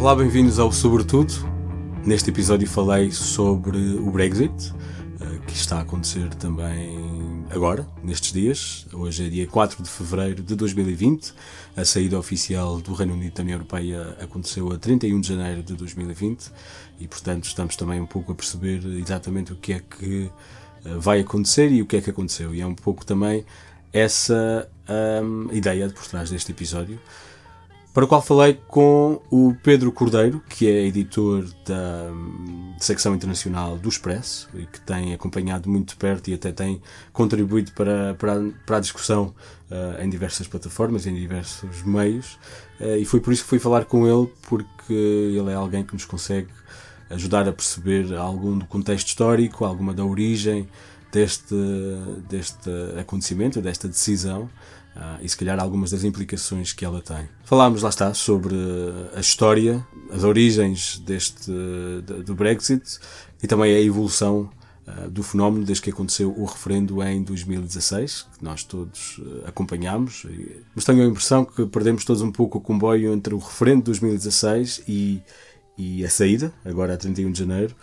Olá, bem-vindos ao Sobretudo. Neste episódio falei sobre o Brexit, que está a acontecer também agora, nestes dias. Hoje é dia 4 de fevereiro de 2020. A saída oficial do Reino Unido da União Europeia aconteceu a 31 de janeiro de 2020 e, portanto, estamos também um pouco a perceber exatamente o que é que vai acontecer e o que é que aconteceu. E é um pouco também essa ideia por trás deste episódio, para o qual falei com o Pedro Cordeiro, que é editor da secção internacional do Expresso e que tem acompanhado muito de perto e até tem contribuído para a discussão em diversas plataformas, em diversos meios, e foi por isso que fui falar com ele, porque ele é alguém que nos consegue ajudar a perceber algum do contexto histórico, alguma da origem deste acontecimento, desta decisão, e se calhar algumas das implicações que ela tem. Falámos, lá está, sobre a história, as origens do Brexit e também a evolução do fenómeno desde que aconteceu o referendo em 2016, que nós todos acompanhámos, mas tenho a impressão que perdemos todos um pouco o comboio entre o referendo de 2016 e a saída, agora a 31 de janeiro.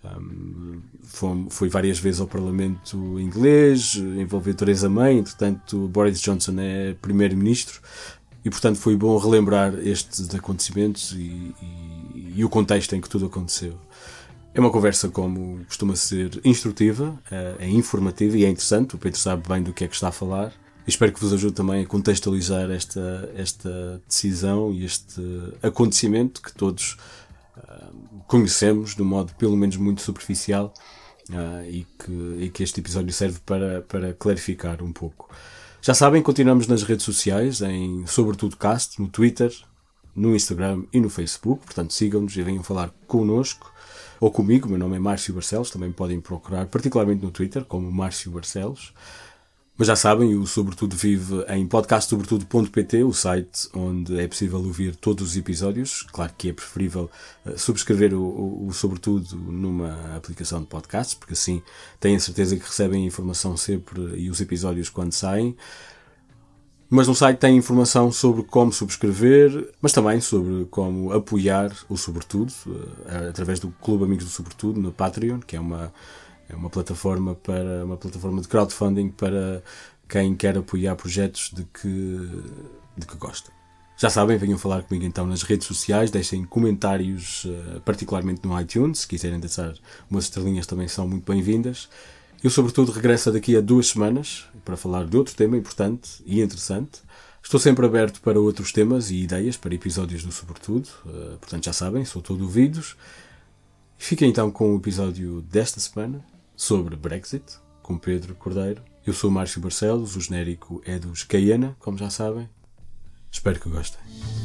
Foi várias vezes ao Parlamento inglês, envolveu Theresa May, entretanto Boris Johnson é primeiro-ministro e portanto foi bom relembrar estes acontecimentos e o contexto em que tudo aconteceu. É uma conversa, como costuma ser, instrutiva, é informativa e é interessante. O Pedro sabe bem do que é que está a falar. Espero que vos ajude também a contextualizar esta decisão e este acontecimento que todos conhecemos de um modo pelo menos muito superficial, e que este episódio serve para clarificar um pouco. Já sabem, continuamos nas redes sociais, em SobretudоCast, no Twitter, no Instagram e no Facebook, portanto sigam-nos e venham falar connosco ou comigo. O meu nome é Márcio Barcelos, também podem procurar particularmente no Twitter como Márcio Barcelos. Mas já sabem, o Sobretudo vive em podcastsobretudo.pt, o site onde é possível ouvir todos os episódios. Claro que é preferível subscrever o Sobretudo numa aplicação de podcasts, porque assim têm a certeza que recebem a informação sempre e os episódios quando saem. Mas no site tem informação sobre como subscrever, mas também sobre como apoiar o Sobretudo, através do Clube Amigos do Sobretudo, no Patreon, que é uma plataforma de crowdfunding para quem quer apoiar projetos de que gosta. Já sabem, venham falar comigo então nas redes sociais, deixem comentários, particularmente no iTunes, se quiserem deixar umas estrelinhas também são muito bem-vindas. Eu, sobretudo, regresso daqui a 2 semanas para falar de outro tema importante e interessante. Estou sempre aberto para outros temas e ideias para episódios do Sobretudo, portanto já sabem, sou todo ouvidos. Fiquem então com o episódio desta semana sobre Brexit, com Pedro Cordeiro. Eu sou o Márcio Barcelos, o genérico é dos Caiana, como já sabem. Espero que gostem.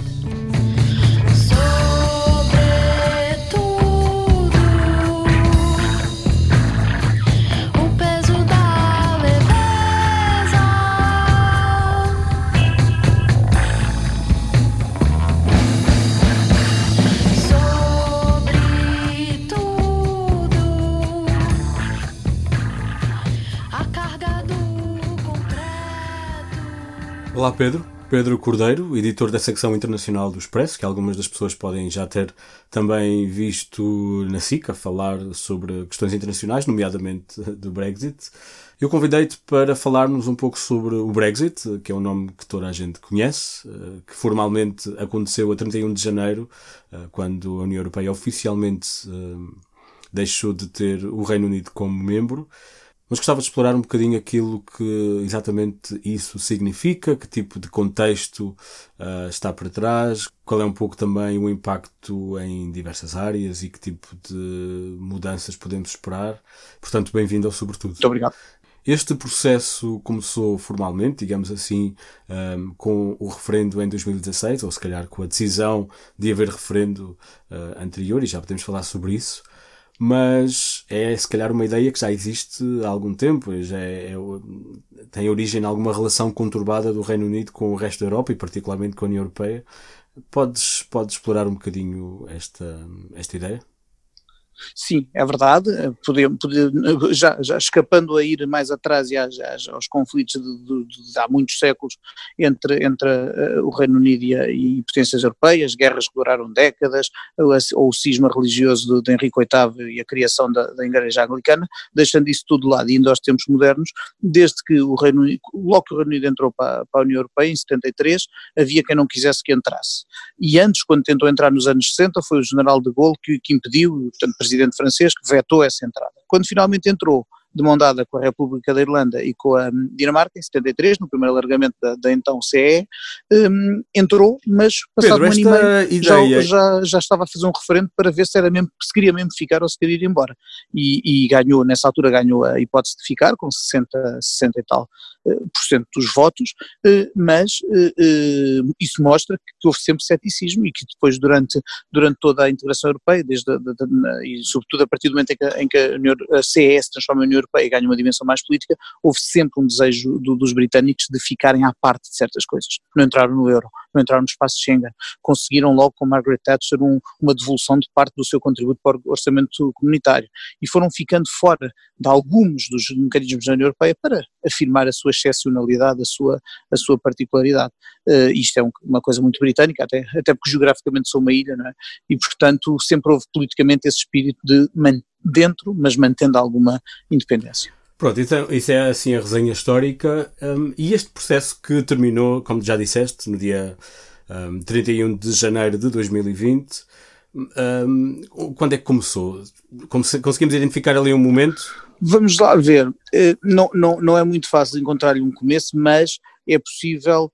Olá Pedro Cordeiro, editor da secção internacional do Expresso, que algumas das pessoas podem já ter também visto na SIC a falar sobre questões internacionais, nomeadamente do Brexit. Eu convidei-te para falarmos um pouco sobre o Brexit, que é um nome que toda a gente conhece, que formalmente aconteceu a 31 de janeiro, quando a União Europeia oficialmente deixou de ter o Reino Unido como membro. Mas gostava de explorar um bocadinho aquilo que exatamente isso significa, que tipo de contexto está por trás, qual é um pouco também o impacto em diversas áreas e que tipo de mudanças podemos esperar. Portanto, bem-vindo ao Sobretudo. Muito obrigado. Este processo começou formalmente, digamos assim, com o referendo em 2016, ou se calhar com a decisão de haver referendo anterior, e já podemos falar sobre isso. Mas é se calhar uma ideia que já existe há algum tempo, tem origem em alguma relação conturbada do Reino Unido com o resto da Europa e particularmente com a União Europeia. Podes explorar um bocadinho esta ideia? Sim, é verdade, já escapando a ir mais atrás e aos conflitos de há muitos séculos entre o Reino Unido e potências europeias, guerras que duraram décadas, ou o cisma religioso de Henrique VIII e a criação da Igreja Anglicana, deixando isso tudo de lado e indo aos tempos modernos, desde que logo que o Reino Unido entrou para a União Europeia, em 73, havia quem não quisesse que entrasse. E antes, quando tentou entrar nos anos 60, foi o general de Gaulle que impediu, portanto, presidente francês, que vetou essa entrada. Quando finalmente entrou, de mão dada com a República da Irlanda e com a Dinamarca, em 73, no primeiro alargamento da então CE, entrou, mas passado Pedro, um ano e meio ideia... já estava a fazer um referendo para ver se era mesmo, se queria mesmo ficar ou se queria ir embora. E ganhou, nessa altura ganhou a hipótese de ficar, com 60 e tal por cento dos votos, mas isso mostra que houve sempre ceticismo e que depois durante toda a integração europeia, e sobretudo a partir do momento em que a CE se transforma em União Europeia e ganha uma dimensão mais política, houve sempre um desejo dos britânicos de ficarem à parte de certas coisas. Não entraram no euro, não entraram no espaço de Schengen, conseguiram logo com Margaret Thatcher uma devolução de parte do seu contributo para o orçamento comunitário e foram ficando fora de alguns dos mecanismos da União Europeia para afirmar a sua excepcionalidade, a sua particularidade. Isto é uma coisa muito britânica, até porque geograficamente sou uma ilha, não é? E portanto sempre houve politicamente esse espírito de dentro, mas mantendo alguma independência. Pronto, então isso é assim a resenha histórica, e este processo que terminou, como já disseste, no dia 31 de janeiro de 2020, quando é que começou? Conseguimos identificar ali um momento? Vamos lá ver, não é muito fácil encontrar-lhe um começo, mas é possível,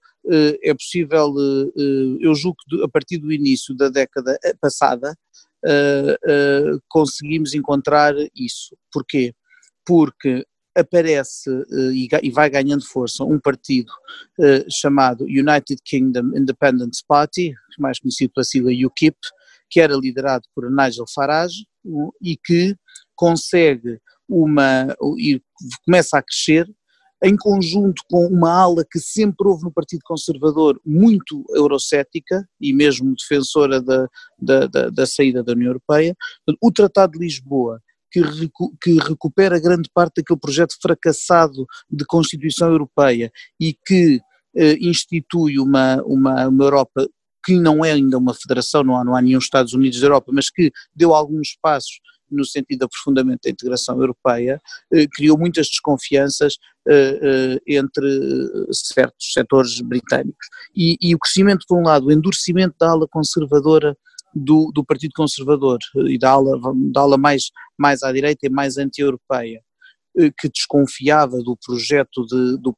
eu julgo que a partir do início da década passada conseguimos encontrar isso. Porquê? Porque aparece e vai ganhando força um partido chamado United Kingdom Independence Party, mais conhecido pela sigla UKIP, que era liderado por Nigel Farage e que consegue e começa a crescer em conjunto com uma ala que sempre houve no Partido Conservador muito eurocética e mesmo defensora da saída da União Europeia. O Tratado de Lisboa, que recupera grande parte daquele projeto fracassado de Constituição Europeia e que institui uma Europa que não é ainda uma federação, não há nenhum Estados Unidos da Europa, mas que deu alguns passos no sentido de aprofundamento da integração europeia, criou muitas desconfianças entre certos setores britânicos. E o crescimento, por um lado, o endurecimento da ala conservadora do Partido Conservador e da ala mais à direita e mais anti-europeia, que desconfiava do projeto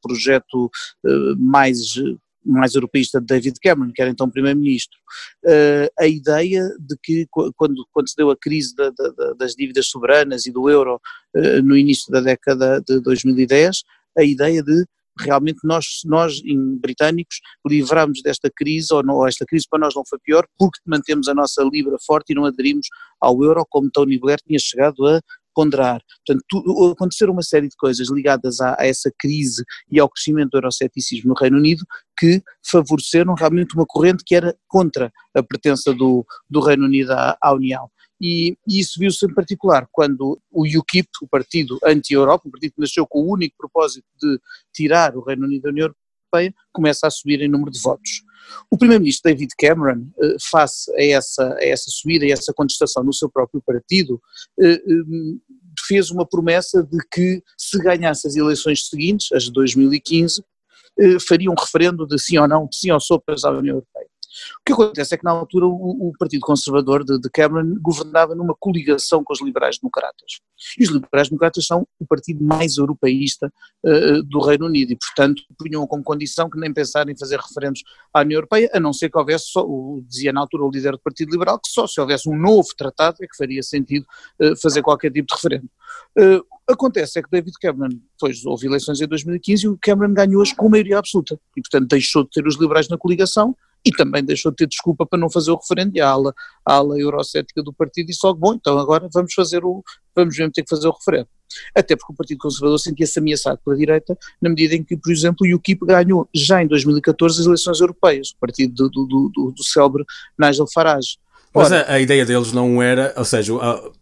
mais europeísta de David Cameron, que era então primeiro-ministro, a ideia de que quando se deu a crise das dívidas soberanas e do euro no início da década de 2010, a ideia de realmente nós britânicos livramos desta crise, ou esta crise para nós não foi pior, porque mantemos a nossa libra forte e não aderimos ao euro, como Tony Blair tinha chegado a ponderar. Portanto, aconteceram uma série de coisas ligadas a essa crise e ao crescimento do euroceticismo no Reino Unido que favoreceram realmente uma corrente que era contra a pertença do Reino Unido à União. E isso viu-se em particular quando o UKIP, o partido anti-Europa, o partido que nasceu com o único propósito de tirar o Reino Unido da União Europeia, começa a subir em número de votos. O primeiro-ministro David Cameron, face a essa subida e essa contestação no seu próprio partido, fez uma promessa de que se ganhasse as eleições seguintes, as de 2015, faria um referendo de sim ou não, de sim ou sopas à União Europeia. O que acontece é que na altura o Partido Conservador de Cameron governava numa coligação com os liberais-democratas. E os liberais-democratas são o partido mais europeísta do Reino Unido e, portanto, punham como condição que nem pensar em fazer referendos à União Europeia, a não ser que houvesse, dizia na altura o líder do Partido Liberal, que só se houvesse um novo tratado é que faria sentido fazer qualquer tipo de referendo. Acontece é que David Cameron, depois houve eleições em 2015 e o Cameron ganhou-as com maioria absoluta e, portanto, deixou de ter os liberais na coligação e também deixou de ter desculpa para não fazer o referendo, e a ala eurocética do partido disse logo, bom, então agora vamos mesmo ter que fazer o referendo. Até porque o Partido Conservador sentia-se ameaçado pela direita, na medida em que, por exemplo, o UKIP ganhou já em 2014 as eleições europeias, o partido do célebre Nigel Farage. Mas a ideia deles não era, ou seja,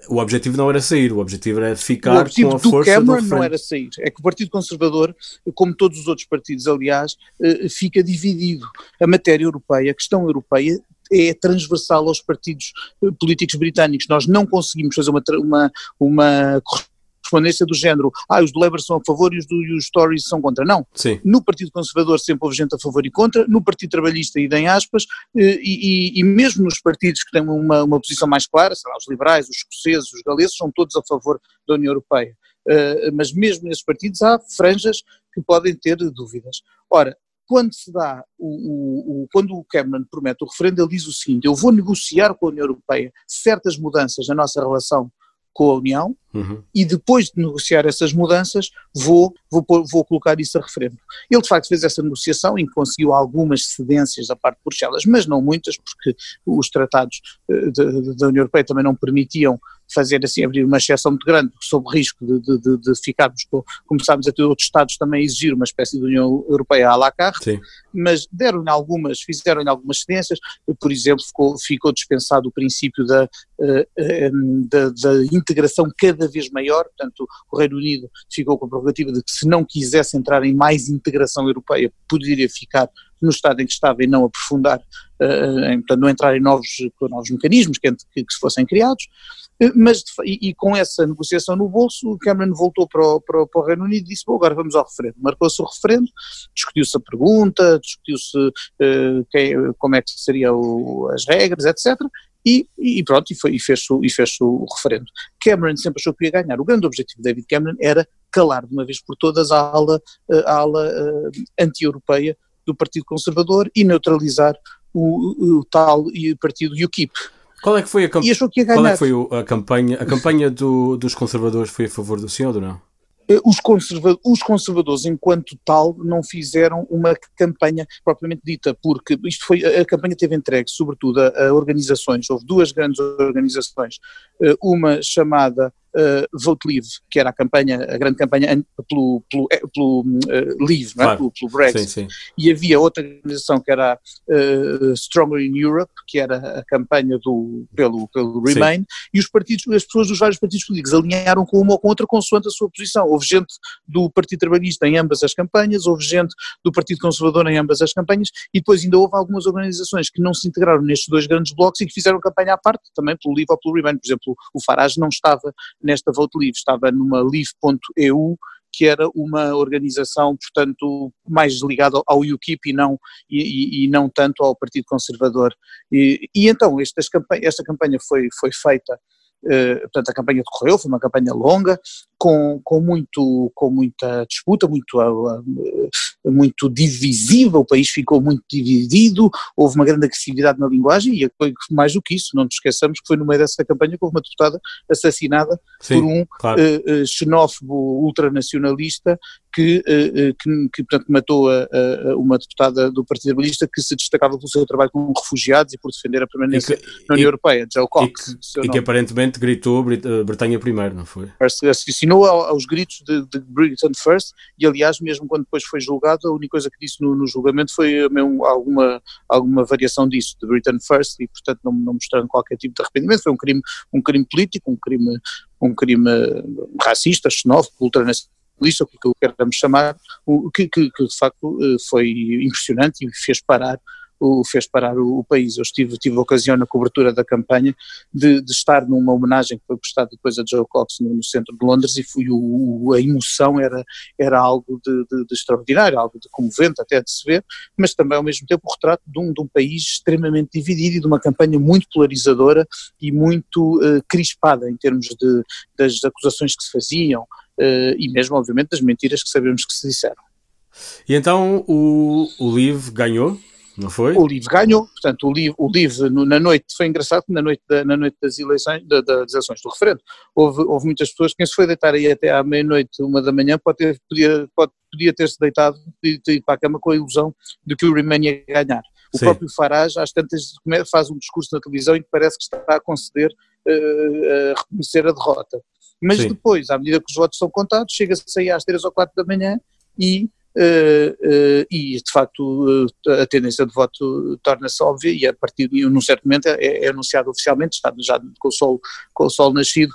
o objetivo não era sair, o objetivo era O ficar objetivo com a do força do Cameron não referendo. era sair, é que o Partido Conservador, como todos os outros partidos, aliás, fica dividido. A matéria europeia, a questão europeia, é transversal aos partidos políticos britânicos. Nós não conseguimos fazer uma correspondência do género, os do Labour são a favor e os Tories são contra. Não. Sim. No Partido Conservador sempre houve gente a favor e contra, no Partido Trabalhista e em aspas, e mesmo nos partidos que têm uma posição mais clara, sei lá, os liberais, os escoceses, os galeses, são todos a favor da União Europeia. Mas mesmo nesses partidos há franjas que podem ter dúvidas. Ora, quando se dá, quando o Cameron promete o referendo, ele diz o seguinte: eu vou negociar com a União Europeia certas mudanças na nossa relação com a União, e depois de negociar essas mudanças vou colocar isso a referendo. Ele de facto fez essa negociação em que conseguiu algumas cedências da parte de Bruxelas, mas não muitas, porque os tratados da União Europeia também não permitiam fazer assim, abrir uma exceção muito grande, sob risco de ficarmos, começámos a ter outros Estados também a exigir uma espécie de União Europeia à la carte. Sim. Mas fizeram-lhe algumas cedências. Por exemplo, ficou dispensado o princípio da integração cada vez maior. Portanto, o Reino Unido ficou com a prerrogativa de que, se não quisesse entrar em mais integração europeia, poderia ficar no estado em que estava e não aprofundar, portanto não entrar em novos mecanismos que se fossem criados. Mas, com essa negociação no bolso, o Cameron voltou para o Reino Unido e disse: bom, agora vamos ao referendo. Marcou-se o referendo, discutiu-se a pergunta, discutiu-se como é que seriam as regras, etc. E pronto, e fez-se o referendo. Cameron sempre achou que ia ganhar. O grande objetivo de David Cameron era calar de uma vez por todas a ala anti-europeia do Partido Conservador e neutralizar o tal partido UKIP. Qual é que foi a campanha? E achou que ia ganhar. Qual é que foi a campanha? A campanha dos conservadores foi a favor do senhor ou não? Os conservadores, enquanto tal, não fizeram uma campanha propriamente dita, porque a campanha teve entregue, sobretudo, a organizações. Houve duas grandes organizações, uma chamada Vote Leave, que era a grande campanha pelo Leave, não é? Pelo Brexit. Sim. E havia outra organização que era Stronger in Europe, que era a campanha pelo Remain, sim. E as pessoas dos vários partidos políticos alinharam com uma ou com outra consoante a sua posição. Houve gente do Partido Trabalhista em ambas as campanhas, houve gente do Partido Conservador em ambas as campanhas, e depois ainda houve algumas organizações que não se integraram nestes dois grandes blocos e que fizeram campanha à parte, também pelo Leave ou pelo Remain. Por exemplo, o Farage não estava nesta Vote Leave, estava numa Leave.eu, que era uma organização, portanto, mais ligada ao UKIP e não tanto ao Partido Conservador. E então esta campanha foi feita, portanto a campanha decorreu, foi uma campanha longa, com muita disputa, muito divisiva, o país ficou muito dividido, houve uma grande agressividade na linguagem e mais do que isso, não nos esqueçamos que foi no meio dessa campanha que houve uma deputada assassinada, sim, por um xenófobo ultranacionalista que portanto matou uma deputada do Partido Trabalhista que se destacava pelo seu trabalho com refugiados e por defender a permanência na União Europeia, Jo Cox. E que aparentemente gritou Bretanha primeiro, não foi? Assinou aos gritos de Britain First, e aliás mesmo quando depois foi julgado, a única coisa que disse no julgamento foi mesmo alguma variação disso, de Britain First, e portanto não mostrando qualquer tipo de arrependimento. Foi um crime político, um crime racista, xenófobo, ultranacionalista, o que queremos chamar, que de facto foi impressionante e fez parar o país. Eu tive a ocasião na cobertura da campanha de estar numa homenagem que foi prestada depois a Jo Cox no centro de Londres, e a emoção era algo de extraordinário, algo de comovente até de se ver, mas também ao mesmo tempo o retrato de um país extremamente dividido e de uma campanha muito polarizadora e muito crispada em termos das acusações que se faziam e mesmo obviamente das mentiras que sabemos que se disseram. E então o Leave ganhou? Não foi? O Leave ganhou, portanto o Leave na noite, foi engraçado, na noite das eleições, das eleições do referendo, houve muitas pessoas, quem se foi deitar aí até à meia-noite, 1 da manhã, podia ter-se deitado e ter ido para a cama com a ilusão de que o Remain ia ganhar. O Sim. próprio Farage às tantas faz um discurso na televisão em que parece que está a conceder, a reconhecer a derrota. Mas Sim. depois, à medida que os votos são contados, chega-se aí às 3 ou 4 da manhã e e de facto a tendência de voto torna-se óbvia e a partir de num certo momento é anunciado oficialmente, está já com o sol nascido,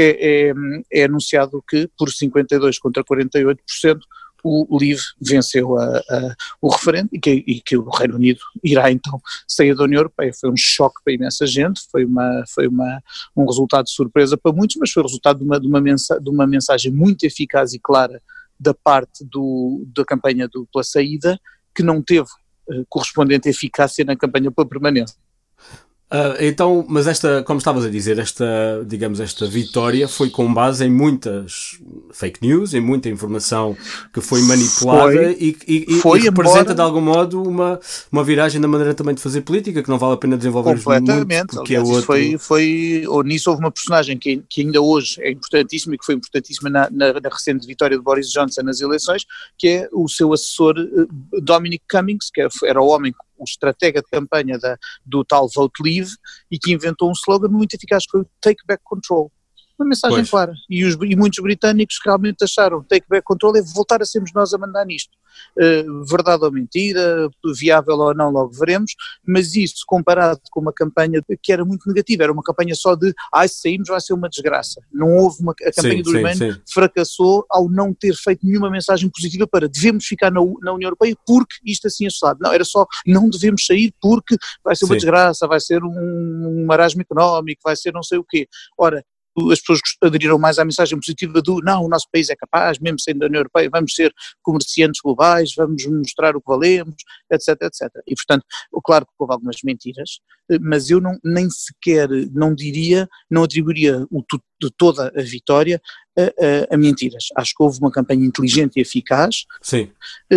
é anunciado que por 52 contra 48% o Leave venceu o referendo e que o Reino Unido irá então sair da União Europeia. Foi um choque para imensa gente, foi um resultado de surpresa para muitos, mas foi o resultado de uma mensagem muito eficaz e clara da parte da campanha pela saída, que não teve correspondente eficácia na campanha pela permanência. Então, mas como estavas a dizer, esta vitória foi com base em muitas fake news, em muita informação que foi manipulada e representa de algum modo uma viragem na maneira também de fazer política, que não vale a pena desenvolver completamente, muito, porque aliás, é outro... nisso houve uma personagem que ainda hoje é importantíssima e que foi importantíssima na recente vitória de Boris Johnson nas eleições, que é o seu assessor Dominic Cummings, que era o homem, o estratega de campanha do tal Vote Leave, e que inventou um slogan muito eficaz, que foi o Take Back Control. Uma mensagem clara. E muitos britânicos realmente acharam Take Back Control é voltar a sermos nós a mandar nisto. Verdade ou mentira, viável ou não, logo veremos, mas isso comparado com uma campanha que era muito negativa, era uma campanha só de se sairmos vai ser uma desgraça. Não houve a campanha do Remain fracassou ao não ter feito nenhuma mensagem positiva para devemos ficar na União Europeia porque isto assim é associado. Não, era só não devemos sair porque vai ser uma desgraça, vai ser um marasmo económico, vai ser não sei o quê. Ora, as pessoas aderiram mais à mensagem positiva não, o nosso país é capaz, mesmo sendo da União Europeia, vamos ser comerciantes globais, vamos mostrar o que valemos, etc, etc. E, portanto, claro que houve algumas mentiras, mas eu nem sequer, não atribuiria de toda a vitória a mentiras. Acho que houve uma campanha inteligente e eficaz. Sim.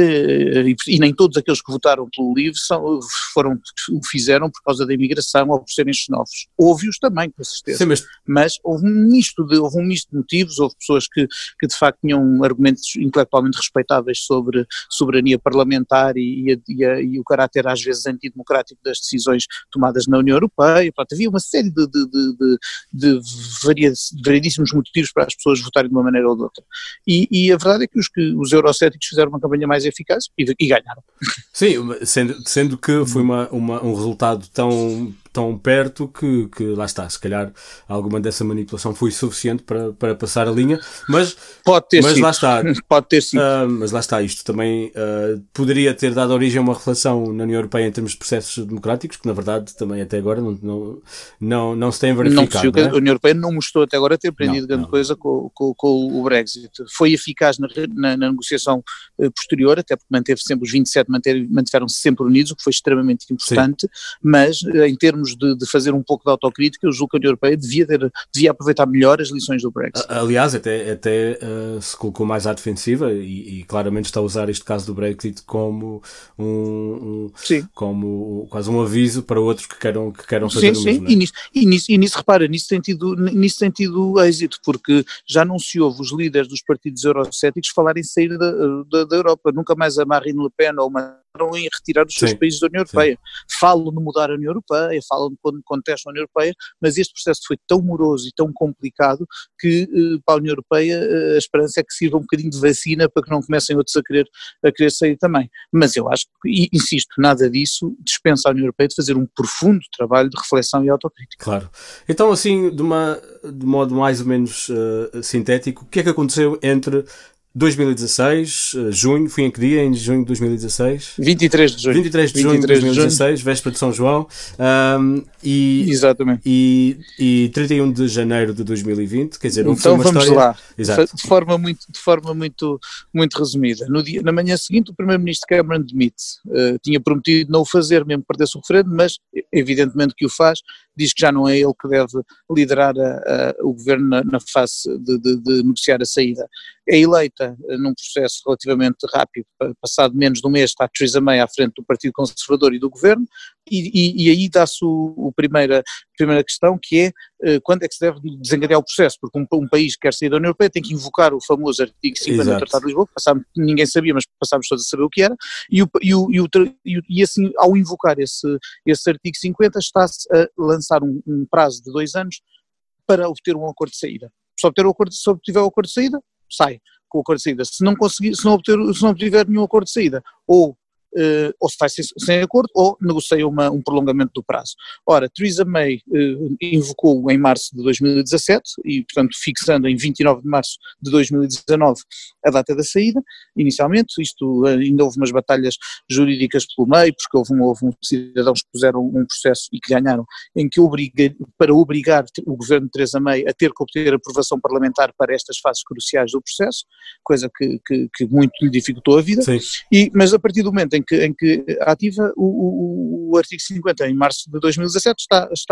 E nem todos aqueles que votaram pelo Leave o fizeram por causa da imigração ou por serem xenófobos. Houve-os também, com certeza. Sim, mas houve um misto de motivos, houve pessoas que de facto tinham argumentos intelectualmente respeitáveis sobre soberania parlamentar e o caráter às vezes antidemocrático das decisões tomadas na União Europeia. Pronto, havia uma série de variedíssimos motivos para as pessoas votarem de uma maneira ou de outra. E a verdade é que os eurocéticos fizeram uma campanha mais eficaz e ganharam. Sim, sendo que foi um resultado tão perto que lá está, se calhar alguma dessa manipulação foi suficiente para passar a linha, mas pode ter sido. Lá está, pode ter sido. Mas lá está, isto também poderia ter dado origem a uma reflexão na União Europeia em termos de processos democráticos, que na verdade também até agora não se tem verificado. A União Europeia não mostrou até agora ter aprendido grande coisa com o Brexit. Foi eficaz na negociação posterior, até porque manteve sempre os 27, mantiveram-se sempre unidos, o que foi extremamente importante. Sim. Mas em termos de fazer um pouco de autocrítica, eu julgo que a União Europeia devia aproveitar melhor as lições do Brexit. Aliás, até se colocou mais à defensiva e claramente está a usar este caso do Brexit como como quase um aviso para outros que queiram fazer o mesmo. Sim, e nisso repara, nisso tem tido êxito, porque já não se ouve os líderes dos partidos eurocéticos falarem em sair da Europa. Nunca mais a Marine Le Pen ou em retirar os seus países da União Europeia. Falam de mudar a União Europeia, falam de quando contestam a União Europeia, mas este processo foi tão moroso e tão complicado que para a União Europeia a esperança é que sirva um bocadinho de vacina para que não comecem outros a querer sair também. Mas eu acho que, insisto, nada disso dispensa a União Europeia de fazer um profundo trabalho de reflexão e autocrítica. Claro. Então, assim, de modo mais ou menos sintético, o que é que aconteceu entre 2016, junho, foi em que dia? Em junho de 2016? 23 de junho. 23 de junho de 2016, véspera de São João. Exatamente. E 31 de janeiro de 2020, quer dizer, então foi uma vamos história... lá, Exato. de forma muito resumida. Na manhã seguinte o primeiro-ministro Cameron demite. Tinha prometido não o fazer, mesmo que perdesse o referendo, mas evidentemente que o faz. Diz que já não é ele que deve liderar o governo na fase de negociar a saída. É eleita num processo relativamente rápido, passado menos de um mês está a Theresa May à frente do Partido Conservador e do governo, e aí dá-se a primeira questão, que é quando é que se deve desencadear o processo, porque um país que quer sair da União Europeia tem que invocar o famoso artigo 50 do Tratado de Lisboa, ninguém sabia, mas passámos todos a saber o que era, e assim, ao invocar esse artigo 50, está-se a lançar um prazo de 2 anos para obter um acordo de saída. Se obtiver o acordo de saída, sai. com o acordo de saída. Se não conseguir, se não obtiver nenhum acordo de saída, ou se faz sem acordo ou negocia um prolongamento do prazo. Ora, Theresa May invocou em março de 2017 e, portanto, fixando em 29 de março de 2019 a data da saída, inicialmente. Isto ainda houve umas batalhas jurídicas pelo meio, porque houve cidadãos que puseram um processo e que ganharam, em que para obrigar o governo de Theresa May a ter que obter aprovação parlamentar para estas fases cruciais do processo, coisa que muito lhe dificultou a vida. Mas a partir do momento em que ativa o artigo 50 em março de 2017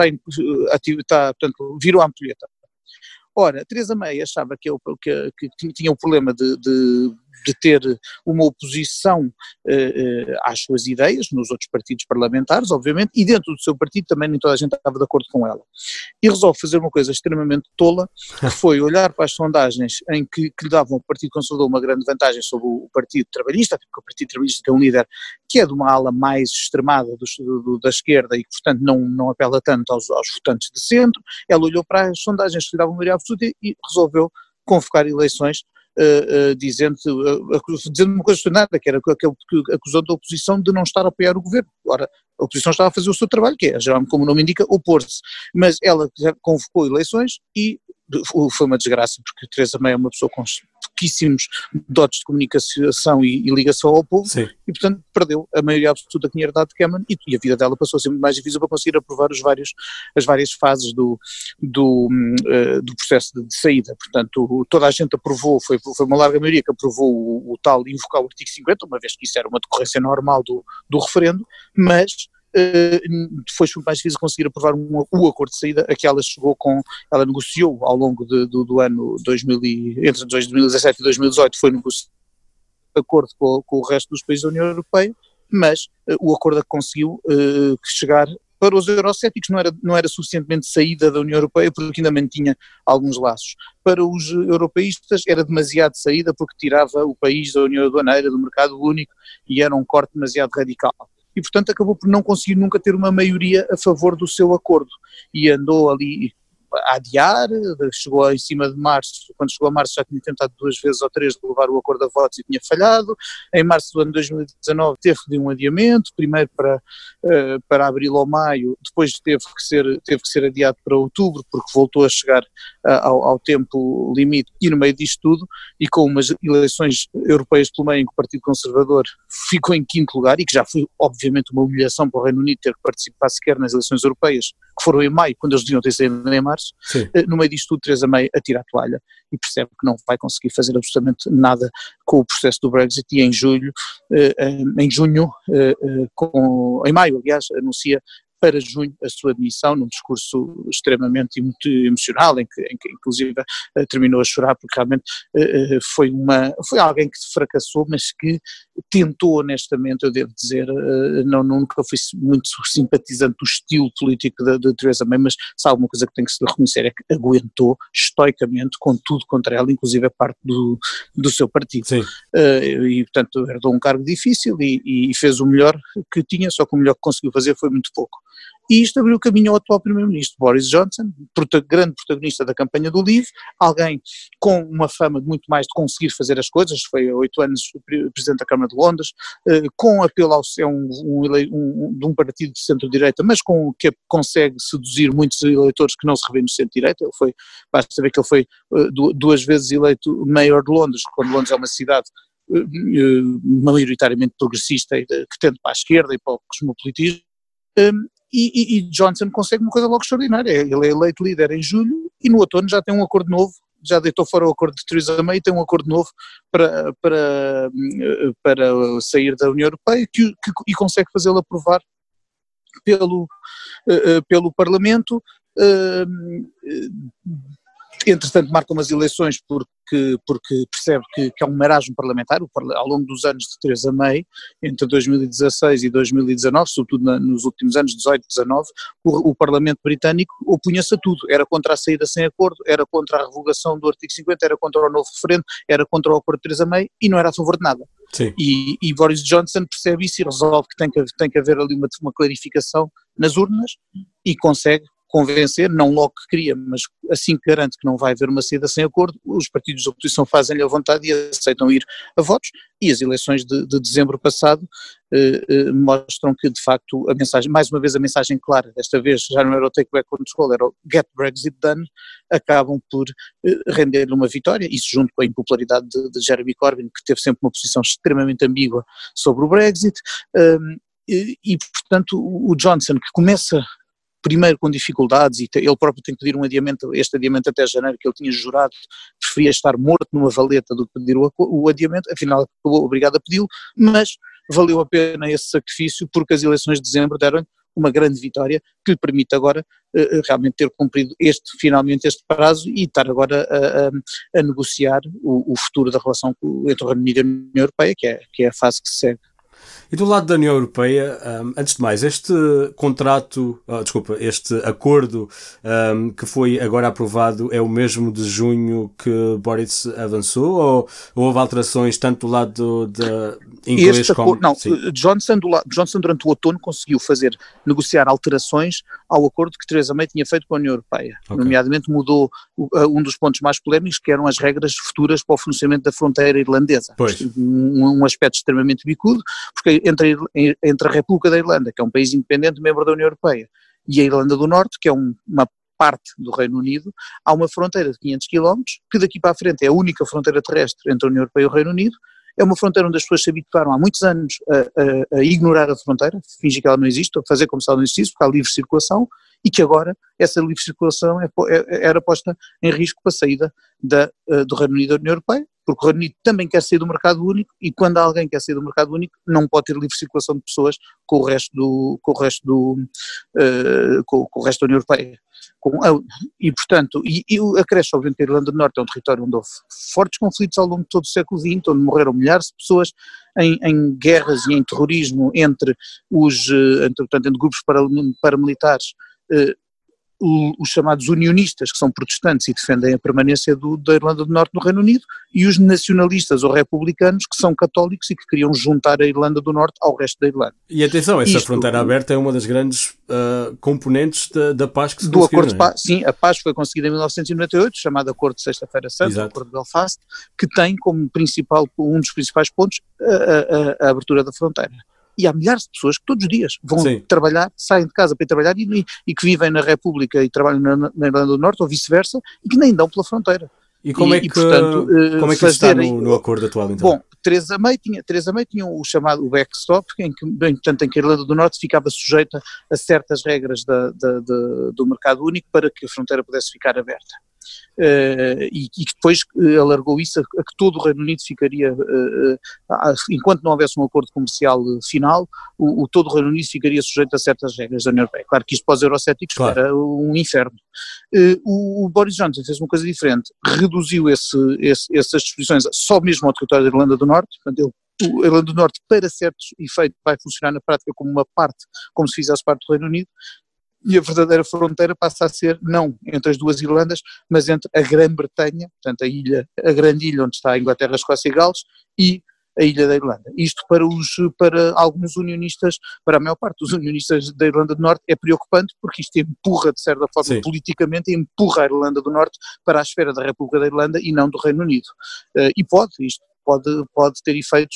portanto, virou a ampulheta. Ora, Theresa May achava que tinha o problema de ter uma oposição às suas ideias, nos outros partidos parlamentares, obviamente, e dentro do seu partido também nem toda a gente estava de acordo com ela. E resolve fazer uma coisa extremamente tola, que foi olhar para as sondagens em que lhe davam ao Partido Conservador uma grande vantagem sobre o Partido Trabalhista, porque o Partido Trabalhista tem um líder que é de uma ala mais extremada da esquerda e que, portanto, não apela tanto aos votantes de centro. Ela olhou para as sondagens que lhe davam maioria absoluta e resolveu convocar eleições dizendo uma coisa extraordinária, que era acusando a oposição de não estar a apoiar o governo. Ora, a oposição estava a fazer o seu trabalho, que é, já como o nome indica, opor-se, mas ela convocou eleições e foi uma desgraça, porque Theresa May é uma pessoa com pouquíssimos dotes de comunicação e ligação ao povo. Sim. E, portanto, perdeu a maioria absoluta que tinha herdado de Cameron e a vida dela passou a ser muito mais difícil para conseguir aprovar as várias fases do processo de saída. Portanto, toda a gente aprovou, foi uma larga maioria que aprovou o tal invocar o artigo 50, uma vez que isso era uma decorrência normal do referendo, mas foi muito mais difícil conseguir aprovar o acordo de saída a que ela negociou ao longo do ano entre 2017 e 2018, foi negociado acordo com o resto dos países da União Europeia, mas o acordo a que conseguiu chegar para os eurocéticos não era suficientemente saída da União Europeia porque ainda mantinha alguns laços. Para os europeístas era demasiado saída porque tirava o país da União Aduaneira, do mercado único, e era um corte demasiado radical. E, portanto, acabou por não conseguir nunca ter uma maioria a favor do seu acordo. E andou ali a adiar, chegou em cima de março, quando chegou a março já tinha tentado 2 vezes ou 3 de levar o acordo a votos e tinha falhado. Em março do ano 2019 teve de um adiamento, primeiro para abril ou maio, depois teve que ser adiado para outubro, porque voltou a chegar ao tempo limite, e no meio disto tudo, e com umas eleições europeias pelo meio em que o Partido Conservador ficou em 5º lugar, e que já foi obviamente uma humilhação para o Reino Unido ter que participar sequer nas eleições europeias, que foram em maio, quando eles deviam ter saído em março. No meio disto tudo, Theresa May atira a toalha e percebe que não vai conseguir fazer absolutamente nada com o processo do Brexit, e em maio, aliás, anuncia para junho a sua admissão, num discurso extremamente emocional, em que inclusive terminou a chorar, porque realmente foi alguém que fracassou, mas que tentou honestamente, eu devo dizer, nunca fui muito simpatizante do estilo político de Theresa May, mas se há alguma coisa que tem que se reconhecer é que aguentou estoicamente com tudo contra ela, inclusive a parte do seu partido. E portanto herdou um cargo difícil e fez o melhor que tinha, só que o melhor que conseguiu fazer foi muito pouco. E isto abriu o caminho ao atual primeiro-ministro Boris Johnson, grande protagonista da campanha do Leave, alguém com uma fama de muito mais de conseguir fazer as coisas, foi há 8 anos presidente da Câmara de Londres, com apelo ao ser de um partido de centro-direita, mas que consegue seduzir muitos eleitores que não se revêem no centro-direita. Basta saber que ele foi 2 vezes eleito mayor de Londres, quando Londres é uma cidade maioritariamente progressista e que tende para a esquerda e para o cosmopolitismo. E Johnson consegue uma coisa logo extraordinária. Ele é eleito líder em julho e no outono já tem um acordo novo, já deitou fora o acordo de Theresa May e tem um acordo novo para sair da União Europeia e consegue fazê-lo aprovar pelo Parlamento. Entretanto marca umas eleições porque percebe que há um marasmo parlamentar ao longo dos anos de Theresa May, entre 2016 e 2019, sobretudo nos últimos anos, 18 e 19, o Parlamento britânico opunha-se a tudo, era contra a saída sem acordo, era contra a revogação do artigo 50, era contra o novo referendo, era contra o acordo de Theresa May e não era a favor de nada. E Boris Johnson percebe isso e resolve que tem que haver ali uma clarificação nas urnas e consegue convencer, não logo que queria, mas assim que garante que não vai haver uma saída sem acordo, os partidos de oposição fazem-lhe a vontade e aceitam ir a votos, e as eleições de dezembro passado mostram que de facto a mensagem, mais uma vez a mensagem clara, desta vez já não era o take back control, era o get Brexit done, acabam por render-lhe uma vitória, isso junto com a impopularidade de Jeremy Corbyn, que teve sempre uma posição extremamente ambígua sobre o Brexit, e portanto o Johnson, que começa primeiro com dificuldades, e ele próprio tem que pedir um adiamento, este adiamento até janeiro, que ele tinha jurado, preferia estar morto numa valeta do que pedir o adiamento, afinal acabou obrigado a pedi-lo, mas valeu a pena esse sacrifício, porque as eleições de dezembro deram uma grande vitória, que lhe permite agora realmente ter cumprido finalmente este prazo e estar agora a negociar o futuro da relação entre o Reino Unido e a União Europeia, que é a fase que se segue. E do lado da União Europeia, antes de mais, este acordo que foi agora aprovado é o mesmo de junho que Boris avançou, ou houve alterações tanto do lado da inglês como... Não, Johnson durante o outono conseguiu negociar alterações ao acordo que Theresa May tinha feito com a União Europeia. Okay. Nomeadamente mudou um dos pontos mais polémicos, que eram as regras futuras para o funcionamento da fronteira irlandesa. Um aspecto extremamente bicudo, porque entre a República da Irlanda, que é um país independente, membro da União Europeia, e a Irlanda do Norte, que é uma parte do Reino Unido, há uma fronteira de 500 km, que daqui para a frente é a única fronteira terrestre entre a União Europeia e o Reino Unido. É uma fronteira onde as pessoas se habituaram há muitos anos a ignorar a fronteira, fingir que ela não existe, ou fazer como se ela não existisse, porque há livre circulação, e que agora essa livre circulação era posta em risco para a saída do Reino Unido da União Europeia, porque o Reino Unido também quer sair do mercado único, e quando alguém quer sair do mercado único não pode ter livre circulação de pessoas com o resto da União Europeia. E portanto, acresce obviamente que a Irlanda do Norte é um território onde houve fortes conflitos ao longo de todo o século XX, onde morreram milhares de pessoas em guerras e em terrorismo entre grupos paramilitares, os chamados unionistas, que são protestantes e defendem a permanência da Irlanda do Norte no Reino Unido, e os nacionalistas ou republicanos, que são católicos e que queriam juntar a Irlanda do Norte ao resto da Irlanda. E atenção, essa fronteira aberta é uma das grandes componentes da paz que se do conseguiu. Acordo de Paz, sim, a paz foi conseguida em 1998, chamado Acordo de Sexta-feira Santa, o Acordo de Belfast, que tem como um dos principais pontos a abertura da fronteira. E há milhares de pessoas que todos os dias vão trabalhar, saem de casa para ir trabalhar e que vivem na República e trabalham na Irlada do Norte ou vice-versa e que nem dão pela fronteira. E como é que isso está no acordo atual então? Bom, Theresa May tinha o chamado backstop, em que a Irlanda do Norte ficava sujeita a certas regras do mercado único para que a fronteira pudesse ficar aberta. E que depois alargou isso a que todo o Reino Unido ficaria, enquanto não houvesse um acordo comercial final, todo o Reino Unido ficaria sujeito a certas regras da União Europeia. Claro que isto para os eurocéticos era um inferno. O Boris Johnson fez uma coisa diferente, reduziu essas disposições só mesmo ao território da Irlanda do Norte. Portanto, a Irlanda do Norte, para certos efeitos, vai funcionar na prática como uma parte, como se fizesse parte do Reino Unido, e a verdadeira fronteira passa a ser não entre as duas Irlandas, mas entre a Grã-Bretanha, portanto a grande ilha onde está a Inglaterra, Escócia e Gales, e a ilha da Irlanda. Isto para alguns unionistas, para a maior parte dos unionistas da Irlanda do Norte, é preocupante, porque isto empurra, de certa forma, politicamente, empurra a Irlanda do Norte para a esfera da República da Irlanda e não do Reino Unido. E pode ter efeitos,